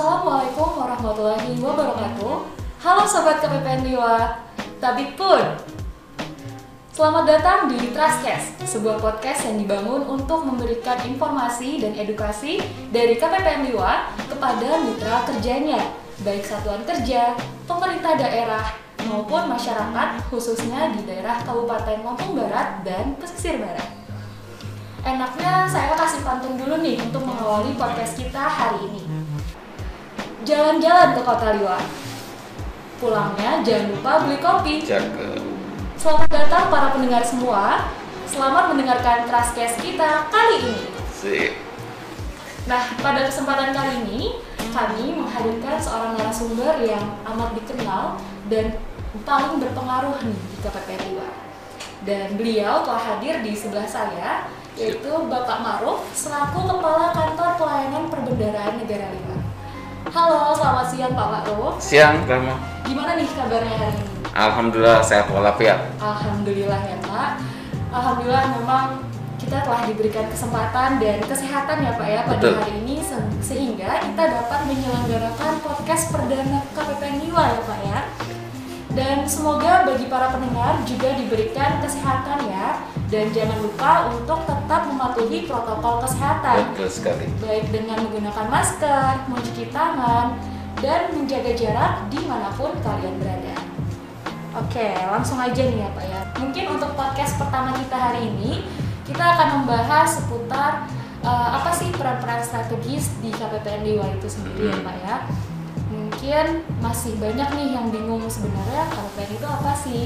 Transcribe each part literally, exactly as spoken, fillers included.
Assalamualaikum warahmatullahi wabarakatuh. Halo Sobat K P P N Liwa, Tabik pun. Selamat datang di Trustcast, sebuah podcast yang dibangun untuk memberikan informasi dan edukasi dari K P P N Liwa kepada mitra kerjanya, baik satuan kerja, pemerintah daerah, maupun masyarakat khususnya di daerah Kabupaten Lampung Barat dan Pesisir Barat. Enaknya saya kasih pantun dulu nih untuk mengawali podcast kita hari ini. Jalan-jalan ke Kota Liwa, pulangnya jangan lupa beli kopi. Cakep. Selamat datang para pendengar semua. Selamat mendengarkan Trustcast kita kali ini. Sip. Nah, pada kesempatan kali ini kami menghadirkan seorang narasumber yang amat dikenal dan paling berpengaruh nih di K P P N Liwa. Dan beliau telah hadir di sebelah saya, yaitu Bapak Ma'ruf selaku Kepala Kantor Pelayanan Perbendaharaan Negara Liwa. Halo, selamat siang Pak Ma'ruf. Siang, Rama. Gimana nih kabarnya hari ini? Alhamdulillah sehat walafiat. Alhamdulillah ya Pak. Alhamdulillah memang kita telah diberikan kesempatan dan kesehatan ya Pak ya pada Betul. hari ini se- sehingga kita dapat menyelenggarakan podcast perdana K P P N Liwa ya Pak ya. Dan semoga bagi para pendengar juga diberikan kesehatan ya, dan jangan lupa untuk tetap mematuhi protokol kesehatan. Betul sekali. Baik dengan menggunakan masker, mencuci tangan, dan menjaga jarak dimanapun kalian berada. Oke, langsung aja nih ya Pak ya. Mungkin untuk podcast pertama kita hari ini, kita akan membahas seputar uh, apa sih peran-peran strategis di K P P N Liwa itu sendiri ya Pak ya. Mungkin masih banyak nih yang bingung sebenarnya K P P N itu apa sih?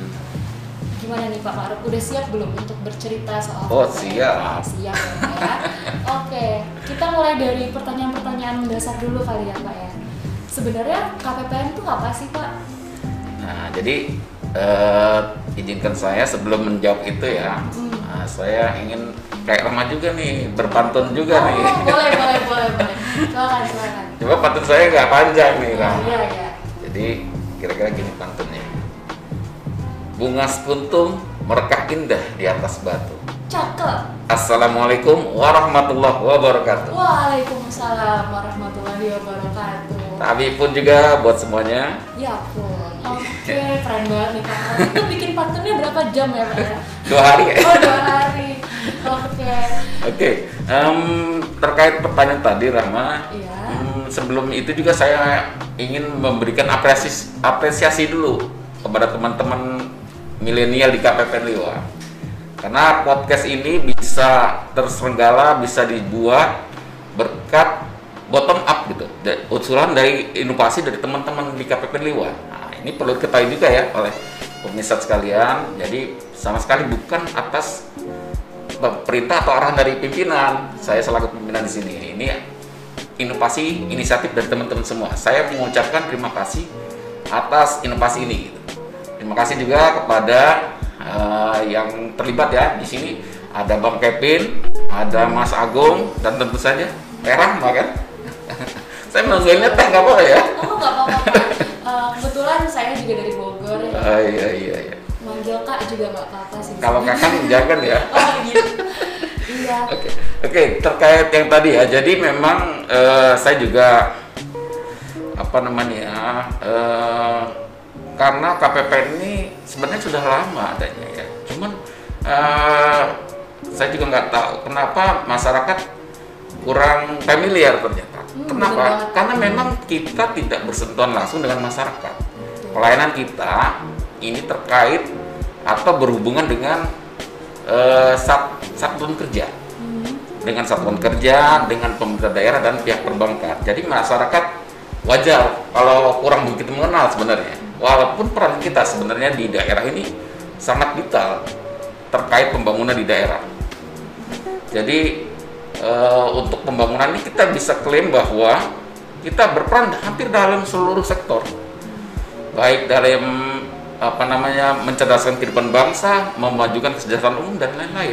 Gimana nih Pak Ma'ruf, udah siap belum untuk bercerita soal Oh, K P P N? siap. Siap ya. Oke, kita mulai dari pertanyaan-pertanyaan mendasar dulu kali ya Pak ya. Sebenarnya K P P N itu apa sih Pak? Nah, jadi eh, izinkan saya sebelum menjawab itu ya, Hmm. nah, saya ingin kayak Rama juga nih, berpantun juga Oh, nih. boleh, boleh, boleh, boleh. Silakan, silakan. Coba pantun saya nggak panjang nih, Oh, Rama. iya, iya. Jadi kira-kira gini pantunnya. Bunga sekuntum merekah indah di atas batu. Cakep. Assalamualaikum warahmatullahi wabarakatuh. Waalaikumsalam warahmatullahi wabarakatuh. Tapi pun juga buat semuanya. Ya ampun. Oke, keren banget nih Pak. Itu bikin pantunnya berapa jam ya Pak ya? Dua hari ya. Oh, dua hari. Oke. Oke, em, terkait pertanyaan tadi Rahma, Iya. em, sebelum itu juga saya ingin memberikan apresiasi, apresiasi dulu kepada teman-teman milenial di K P P N Liwa. Karena podcast ini bisa terselenggara, bisa dibuat berkat bottom up gitu, da- usulan dari inovasi dari teman-teman di K P P N Liwa. Nah, ini perlu diketahui juga ya oleh pemirsa sekalian. Jadi sama sekali bukan atas perintah atau arahan dari pimpinan. Saya selaku pimpinan di sini. Ini inovasi, inisiatif dari teman-teman semua. Saya mengucapkan terima kasih atas inovasi ini. Gitu. Terima kasih juga kepada uh, yang terlibat ya di sini. Ada Bang Kevin, ada Mas Agung, dan tentu saja Teh Rahma kan. Saya manggilnya Teh nggak apa-apa ya? Oh, nggak apa-apa Pak. Uh, kebetulan saya juga dari Bogor ya. Uh, iya iya iya. Manggil Kak juga nggak apa-apa sih. Kalau kakak jangan ya. Oh gitu. Iya. Oke, oke terkait yang tadi ya. Jadi memang eh, saya juga apa namanya eh, karena K P P N ini sebenarnya sudah lama adanya ya. Cuman eh, saya juga nggak tahu kenapa masyarakat kurang familiar ternyata. Hmm, Kenapa? bener banget. Karena memang kita tidak bersentuhan langsung dengan masyarakat. Pelayanan kita ini terkait atau berhubungan dengan eh, sat- satuan kerja. Dengan satuan kerja, dengan pemerintah daerah dan pihak perbankan. Jadi masyarakat wajar kalau kurang begitu mengenal sebenarnya. Walaupun peran kita sebenarnya di daerah ini sangat vital terkait pembangunan di daerah. Jadi e, untuk pembangunan ini kita bisa klaim bahwa kita berperan hampir dalam seluruh sektor. Baik dalam apa namanya mencerdaskan kehidupan bangsa, memajukan kesejahteraan umum dan lain-lain.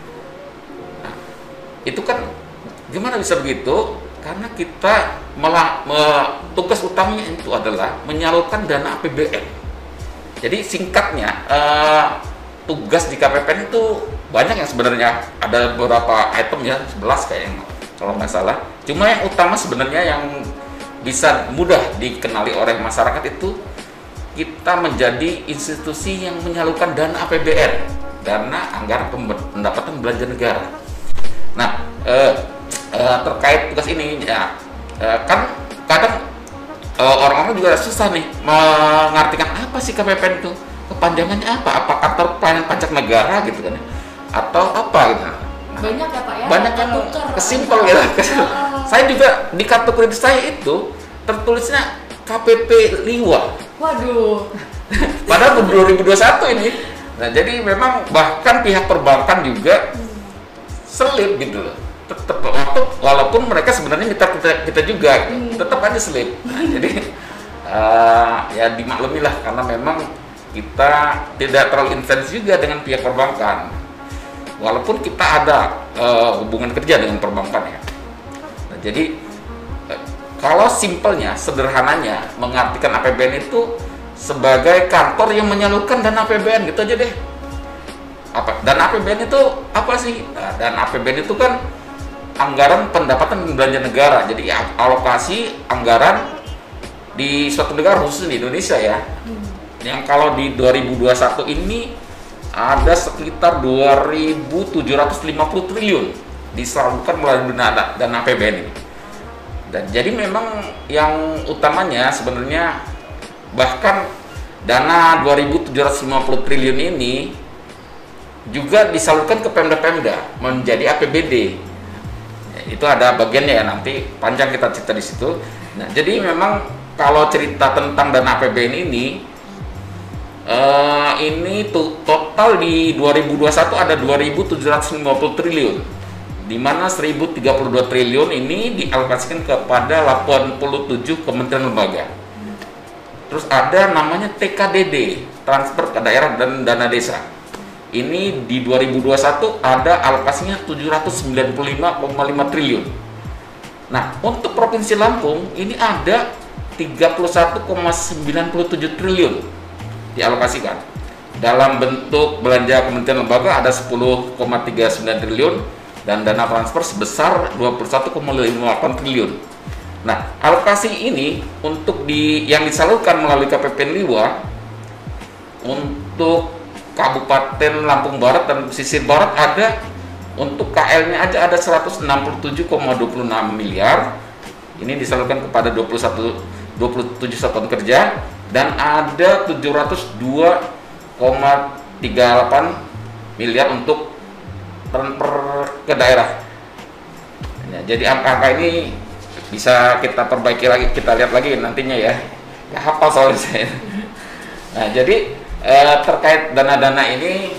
Itu kan gimana bisa begitu? Karena kita malah me, tugas utamanya itu adalah menyalurkan dana A P B N. Jadi singkatnya eh, tugas di K P P N itu banyak yang sebenarnya, ada beberapa item ya, sebelas kayaknya kalau nggak salah. Cuma yang utama sebenarnya yang bisa mudah dikenali oleh masyarakat itu kita menjadi institusi yang menyalurkan dana A P B N, dana anggaran pendapatan belanja negara. Nah, eh, eh, terkait tugas ini ya eh, kan kadang eh, orang-orang juga susah nih mengartikan apa sih K P P N itu, kepanjangannya apa? Apa kantor pelayanan pajak negara gitu kan? Atau apa gitu? Nah, banyak ya Pak ya? Banyak yang kesimpel gitu. Saya juga di kartu kredit saya itu tertulisnya K P P Liwa. Waduh. Padahal dua ribu dua puluh satu ini. Nah, jadi memang bahkan pihak perbankan juga selip gitu loh. Tetap walaupun mereka sebenarnya kita kita, kita juga hmm. tetap aja selip. Nah, jadi uh, ya dimaklumi lah karena memang kita tidak terlalu intens juga dengan pihak perbankan. Walaupun kita ada uh, hubungan kerja dengan perbankan ya. Nah, jadi uh, kalau simpelnya, sederhananya mengartikan A P B N itu sebagai kantor yang menyalurkan dana A P B N gitu aja deh. Apa dana A P B N itu apa sih? Nah, dana A P B N itu kan anggaran pendapatan belanja negara. Jadi alokasi anggaran di suatu negara khusus di Indonesia ya. Hmm. Yang kalau di dua ribu dua puluh satu ini ada sekitar dua ribu tujuh ratus lima puluh triliun disalurkan melalui dana, dana A P B N ini. Dan jadi memang yang utamanya sebenarnya bahkan dana dua ribu tujuh ratus lima puluh triliun ini juga disalurkan ke Pemda-Pemda menjadi A P B D. Itu ada bagiannya ya, nanti panjang kita cerita di situ. Nah, jadi memang kalau cerita tentang dana A P B N ini Uh, ini tuh total di dua ribu dua puluh satu ada dua ribu tujuh ratus lima puluh triliun, di mana seribu tiga puluh dua triliun ini dialokasikan kepada delapan puluh tujuh kementerian lembaga. Terus ada namanya T K D D, transfer ke daerah dan dana desa. Ini di dua ribu dua puluh satu ada alokasinya tujuh ratus sembilan puluh lima koma lima triliun. Nah, untuk Provinsi Lampung ini ada tiga puluh satu koma sembilan tujuh triliun dialokasikan. Dalam bentuk belanja kementerian lembaga ada sepuluh koma tiga sembilan triliun dan dana transfer sebesar dua puluh satu koma lima delapan triliun. Nah, alokasi ini untuk di yang disalurkan melalui K P P N Liwa untuk Kabupaten Lampung Barat dan Pesisir Barat ada untuk K L-nya aja ada seratus enam puluh tujuh koma dua puluh enam miliar. Ini disalurkan kepada dua puluh satu dua puluh tujuh satuan kerja. Dan ada tujuh ratus dua koma tiga delapan miliar untuk transfer ke daerah. Nah, jadi angka-angka ini bisa kita perbaiki lagi, kita lihat lagi nantinya ya. Ya hafal soalnya saya. Nah, jadi eh, terkait dana-dana ini,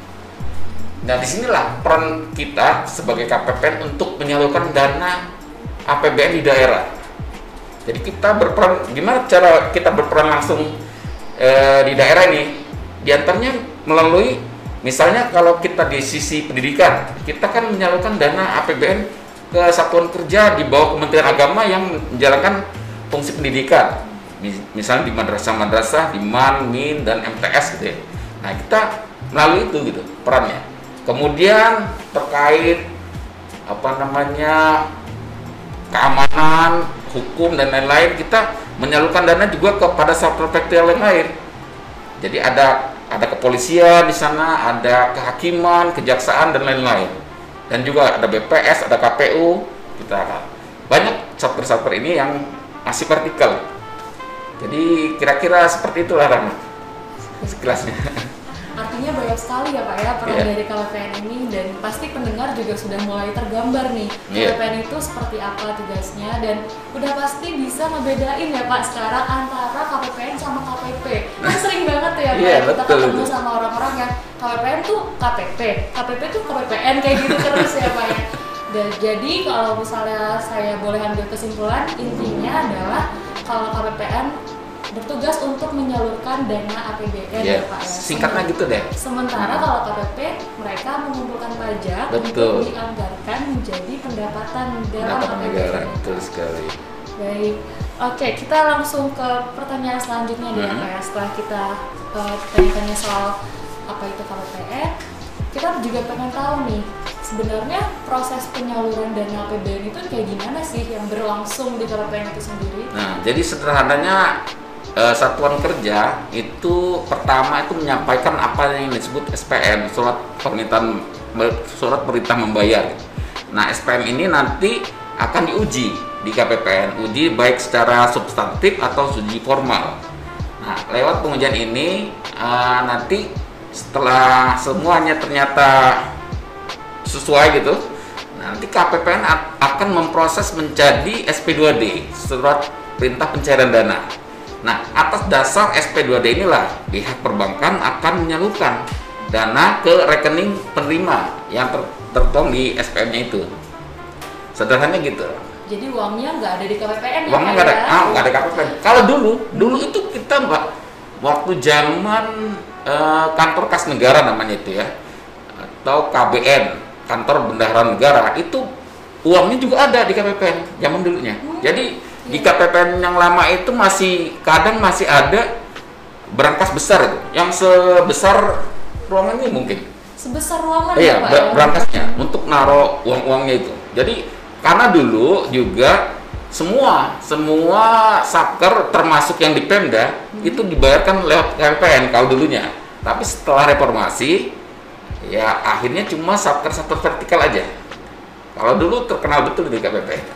nah disinilah peran kita sebagai K P P N untuk menyalurkan dana A P B N di daerah. Jadi kita berperan, gimana cara kita berperan langsung e, di daerah ini? Di antaranya melalui, misalnya kalau kita di sisi pendidikan, kita kan menyalurkan dana A P B N ke satuan kerja di bawah Kementerian Agama yang menjalankan fungsi pendidikan. Misalnya di madrasah-madrasah, di M A N, M I N, dan M T S gitu ya. Nah, kita melalui itu gitu perannya. Kemudian terkait apa namanya keamanan, hukum dan lain-lain, kita menyalurkan dana juga kepada sektor-sektor yang lain. Jadi ada ada kepolisian di sana, ada kehakiman, kejaksaan dan lain-lain. Dan juga ada B P S, ada K P U. Kita banyak sektor-sektor ini yang masih vertikal. Jadi kira-kira seperti itulah Rama sekilasnya. Artinya banyak sekali ya Pak ya peran yeah. dari K P P N ini, dan pasti pendengar juga sudah mulai tergambar nih yeah. K P P N itu seperti apa tugasnya, dan udah pasti bisa ngebedain ya Pak sekarang antara K P P N sama K P P. Kan sering banget tuh ya Pak yeah, kita betul, ketemu betul. sama orang-orang yang K P P N tuh K P P, K P P tuh K P P N kayak gitu terus ya Pak ya. Dan jadi kalau misalnya saya boleh ambil kesimpulan, intinya adalah kalau K P P N bertugas untuk menyalurkan dana A P B N yeah, ya Pak ya. Singkatnya gitu deh. Sementara kalau K P P mereka mengumpulkan pajak betul. untuk dianggarkan menjadi pendapatan dalam pendapatan A P B N. negara, betul sekali. Baik, oke kita langsung ke pertanyaan selanjutnya hmm. ya Pak ya. Setelah kita uh, tanya-tanya soal apa itu K P P N, kita juga pengen tahu nih sebenarnya proses penyaluran dana A P B N itu kayak gimana sih yang berlangsung di K P P N itu sendiri? Nah, jadi sederhananya eh, satuan kerja itu pertama itu menyampaikan apa yang disebut S P M, surat permintaan surat perintah membayar. Nah, S P M ini nanti akan diuji di K P P N, uji baik secara substantif atau uji formal. Nah, lewat pengujian ini uh, nanti setelah semuanya ternyata sesuai gitu, nanti K P P N akan memproses menjadi S P dua D, surat perintah pencairan dana. Nah, atas dasar S P dua D inilah pihak perbankan akan menyalurkan dana ke rekening penerima yang ter tertuang di S P M-nya itu. Sederhananya gitu. Jadi uangnya nggak ada di K P P N ya? Uangnya nggak ada, ah, nggak ada K P P N. Kalau dulu, dulu itu kita mbak, waktu zaman eh, kantor kas negara namanya itu ya, atau K B N, kantor bendahara negara, itu uangnya juga ada di K P P N zaman dulunya. Hmm. Jadi di K P P N yang lama itu masih kadang masih ada berangkas besar itu, yang sebesar ruangan ini mungkin. Sebesar ruangan iya, ya Pak? Iya, berangkasnya untuk naruh uang-uangnya itu. Jadi karena dulu juga semua semua satker termasuk yang di Pemda hmm. itu dibayarkan lewat K P P N kalau dulunya. Tapi setelah reformasi ya akhirnya cuma satker-satker vertikal aja. Kalau dulu terkenal betul di K P P N.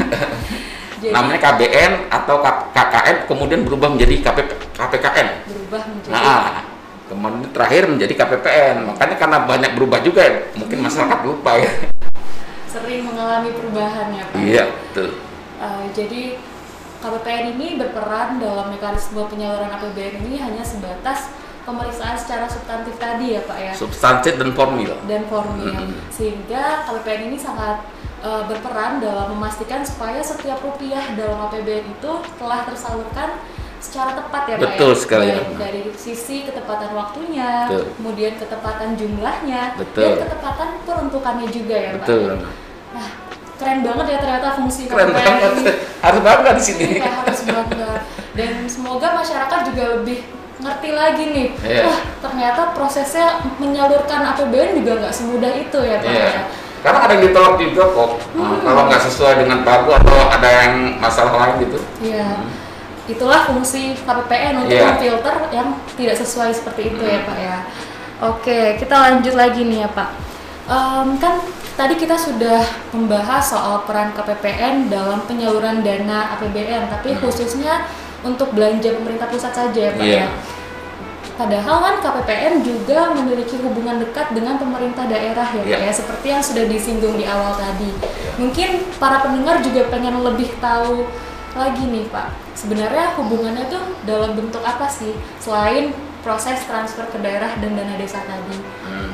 Jadi, namanya K B N atau K K N kemudian berubah menjadi K P P, K P K N. Berubah menjadi. Nah, kemudian terakhir menjadi K P P N. Makanya karena banyak berubah juga ya, mungkin masyarakat lupa ya. Sering mengalami perubahan ya Pak? Iya, betul. Uh, jadi K P P N ini berperan dalam mekanisme penyaluran A P B N ini hanya sebatas pemeriksaan secara substantif tadi ya Pak ya? Substantif dan formil. Dan formil. Mm-hmm. Sehingga K P P N ini sangat uh, berperan dalam memastikan supaya setiap rupiah dalam A P B N itu telah tersalurkan secara tepat ya Pak. Betul ya? sekali. Baik dari sisi ketepatan waktunya, betul. Kemudian ketepatan jumlahnya, betul. Dan ketepatan peruntukannya juga ya betul. Pak. Betul. Nah, keren banget ya ternyata fungsi keren K P P N banget. ini. Harus bangga di sini. Iya, harus bangga. Dan semoga masyarakat juga lebih ngerti lagi nih. Yeah. Wah, ternyata prosesnya menyalurkan A P B N juga nggak semudah itu ya Pak. Yeah. Ya. Karena ada yang ditolak juga kok. Hmm. Nah, kalau nggak sesuai dengan pagu atau ada yang masalah lain gitu. Iya. Yeah. Hmm. Itulah fungsi K P P N untuk yeah. memfilter yang tidak sesuai seperti itu hmm. ya Pak ya. Oke, kita lanjut lagi nih ya Pak. Um, kan tadi kita sudah membahas soal peran K P P N dalam penyaluran dana A P B N, tapi hmm. khususnya untuk belanja pemerintah pusat saja ya Pak yeah. ya. Padahal kan K P P N juga memiliki hubungan dekat dengan pemerintah daerah ya Pak yeah. ya, seperti yang sudah disinggung di awal tadi. Yeah. Mungkin para pendengar juga pengen lebih tahu lagi nih Pak, sebenarnya hubungannya tuh dalam bentuk apa sih selain proses transfer ke daerah dan dana desa tadi? Hmm.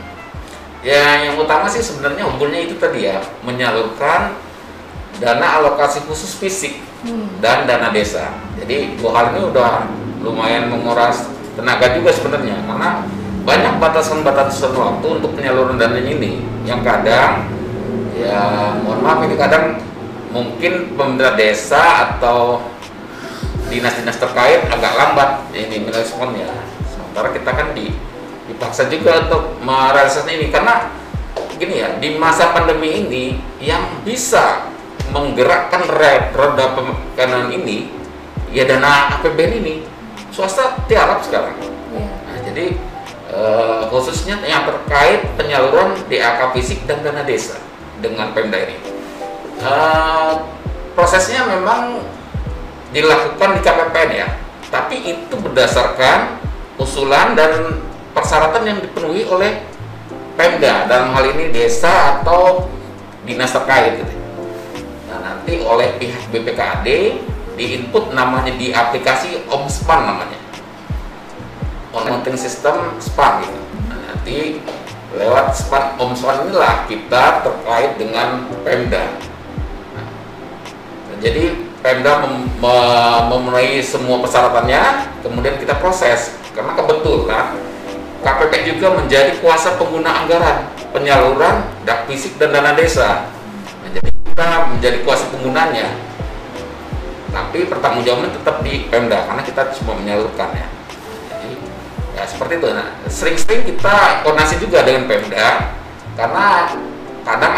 Ya, yang utama sih sebenarnya hubungannya itu tadi ya, menyalurkan dana alokasi khusus fisik hmm. dan dana desa. Jadi dua hal ini udah lumayan menguras tenaga juga sebenarnya, karena banyak batasan-batasan waktu untuk penyaluran dananya ini. Yang kadang, ya mohon maaf ini kadang mungkin pemerintah desa atau dinas-dinas terkait agak lambat ini meresponnya. Sementara kita kan di dipaksa juga untuk merealisasikan ini, karena gini ya, di masa pandemi ini yang bisa menggerakkan roda perekonomian ini ya dana A P B N ini. Swasta tiarap sekarang ya. Nah, jadi eh, khususnya yang terkait penyaluran D A K fisik dan dana desa dengan Pemda ini, eh, prosesnya memang dilakukan di K P P N ya, tapi itu berdasarkan usulan dan persyaratan yang dipenuhi oleh Pemda, dalam hal ini desa atau dinas terkait gitu. Nah, nanti oleh pihak B P K A D di-input namanya di aplikasi OmSpan namanya, Accounting System SPAN gitu. Nah, nanti lewat SPAN OmSpan inilah kita terkait dengan Pemda. Nah, jadi Pemda mem mem memenuhi semua persyaratannya, kemudian kita proses. Karena kebetulan K P P juga menjadi kuasa pengguna anggaran penyaluran D A K fisik dan dana desa. Nah, jadi kita menjadi kuasa penggunanya, tapi pertanggungjawabannya tetap di Pemda karena kita cuma menyalurkan ya. Jadi ya seperti itu. Nah, sering-sering kita koordinasi juga dengan Pemda, karena kadang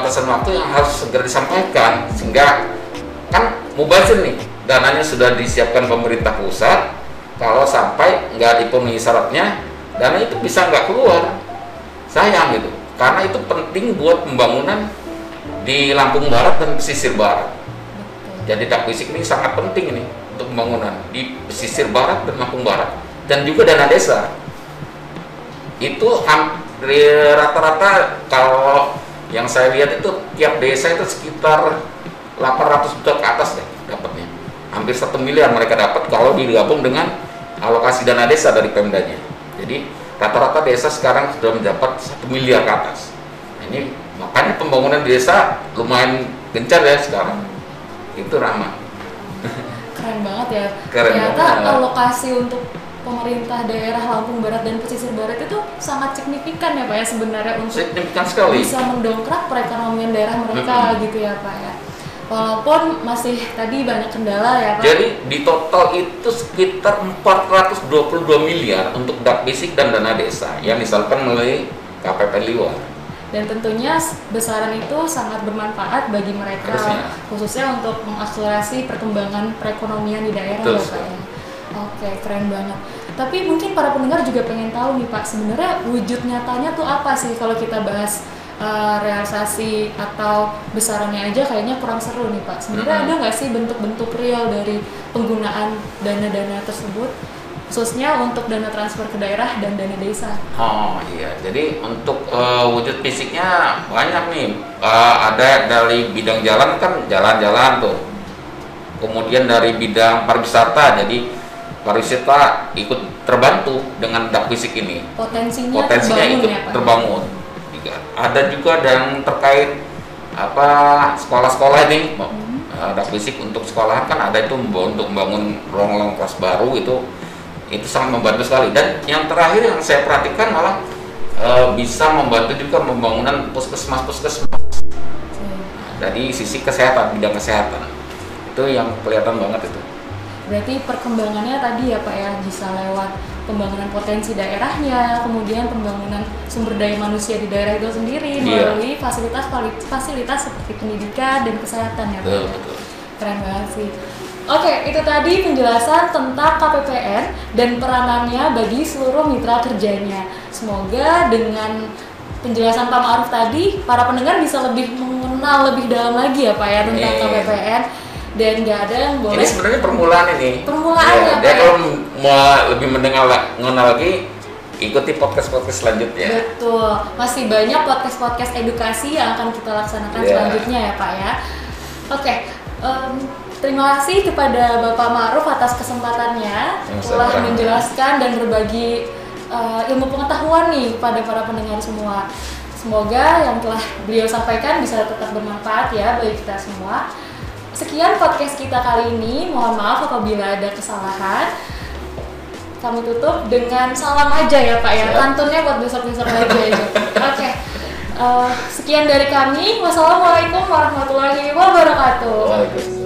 batasan waktu yang harus segera disampaikan, sehingga kan mubazir nih, dananya sudah disiapkan pemerintah pusat, kalau sampai nggak dipenuhi syaratnya, dana itu bisa nggak keluar, sayang gitu, karena itu penting buat pembangunan di Lampung Barat dan pesisir barat. Jadi dak fisik ini sangat penting ini untuk pembangunan di pesisir barat dan Lampung Barat, dan juga dana desa itu hampir rata-rata kalau yang saya lihat itu tiap desa itu sekitar delapan ratus juta ke atas deh dapatnya, hampir satu miliar mereka dapat kalau digabung dengan alokasi dana desa dari Pemdanya. Jadi rata-rata desa sekarang sudah mendapat satu miliar ke atas. Nah, ini makanya pembangunan di desa lumayan gencar ya sekarang, itu ramah. Keren banget ya. Keren Ternyata banget. alokasi untuk pemerintah daerah Lampung Barat dan pesisir barat itu sangat signifikan ya Pak ya sebenarnya untuk Signifikan sekali. bisa mendongkrak perekonomian daerah mereka Mm-hmm. gitu ya Pak ya. Walaupun masih tadi banyak kendala ya Pak. Jadi di total itu sekitar empat ratus dua puluh dua miliar untuk dak fisik dan dana desa yang disalurkan melalui K P P N Liwa. Dan tentunya besaran itu sangat bermanfaat bagi mereka, Harusnya. khususnya untuk mengakselerasi perkembangan perekonomian di daerah Betul, ya Pak ya. Oke, keren banget. Tapi mungkin para pendengar juga pengen tahu nih Pak, sebenarnya wujud nyatanya tuh apa sih kalau kita bahas uh, realisasi atau besarannya aja kayaknya kurang seru nih Pak. Sebenarnya Mm-hmm. ada nggak sih bentuk-bentuk real dari penggunaan dana-dana tersebut, khususnya untuk dana transfer ke daerah dan dana desa? Oh iya, jadi untuk uh, wujud fisiknya banyak nih. Uh, ada dari bidang jalan kan jalan-jalan tuh. Kemudian dari bidang pariwisata, jadi pariwisata ikut terbantu dengan dak fisik ini. Potensinya, Potensinya terbangun ikut ya Pak? terbangun. Juga. Ada juga yang terkait apa sekolah-sekolah ini, Hmm. uh, dak fisik untuk sekolahan kan ada itu untuk membangun ruang-ruang kelas baru itu. Itu sangat membantu sekali. Dan yang terakhir yang saya perhatikan malah e, bisa membantu juga pembangunan puskesmas-puskesmas dari sisi kesehatan, bidang kesehatan itu yang kelihatan banget itu. Berarti perkembangannya tadi ya Pak ya, bisa lewat pembangunan potensi daerahnya, kemudian pembangunan sumber daya manusia di daerah itu sendiri Iya. melalui fasilitas-fasilitas seperti pendidikan dan kesehatan ya Pak Betul, ya. betul. Keren banget sih. Oke, itu tadi penjelasan tentang K P P N dan peranannya bagi seluruh mitra kerjanya. Semoga dengan penjelasan Pak Ma'ruf tadi, para pendengar bisa lebih mengenal lebih dalam lagi ya Pak ya tentang Iya. K P P N, dan nggak ada yang boleh. Ini sebenarnya permulaan ini. Permulaan ya, Dia Pak. kalau mau lebih mendengar mengenal lagi, ikuti podcast-podcast selanjutnya. Betul, masih banyak podcast-podcast edukasi yang akan kita laksanakan Yeah. selanjutnya ya Pak ya. Oke, em, terima kasih kepada Bapak Ma'ruf atas kesempatannya Sama-sama. telah menjelaskan dan berbagi eh, ilmu pengetahuan nih pada para pendengar semua. Semoga yang telah beliau sampaikan bisa tetap bermanfaat ya bagi kita semua. Sekian podcast kita kali ini, mohon maaf apabila ada kesalahan. Kami tutup dengan salam aja ya Pak ya, Siap. pantunnya buat besok-besok aja ya. Oke, Eh, sekian dari kami. Wassalamualaikum warahmatullahi wabarakatuh. Waalaikumsalam.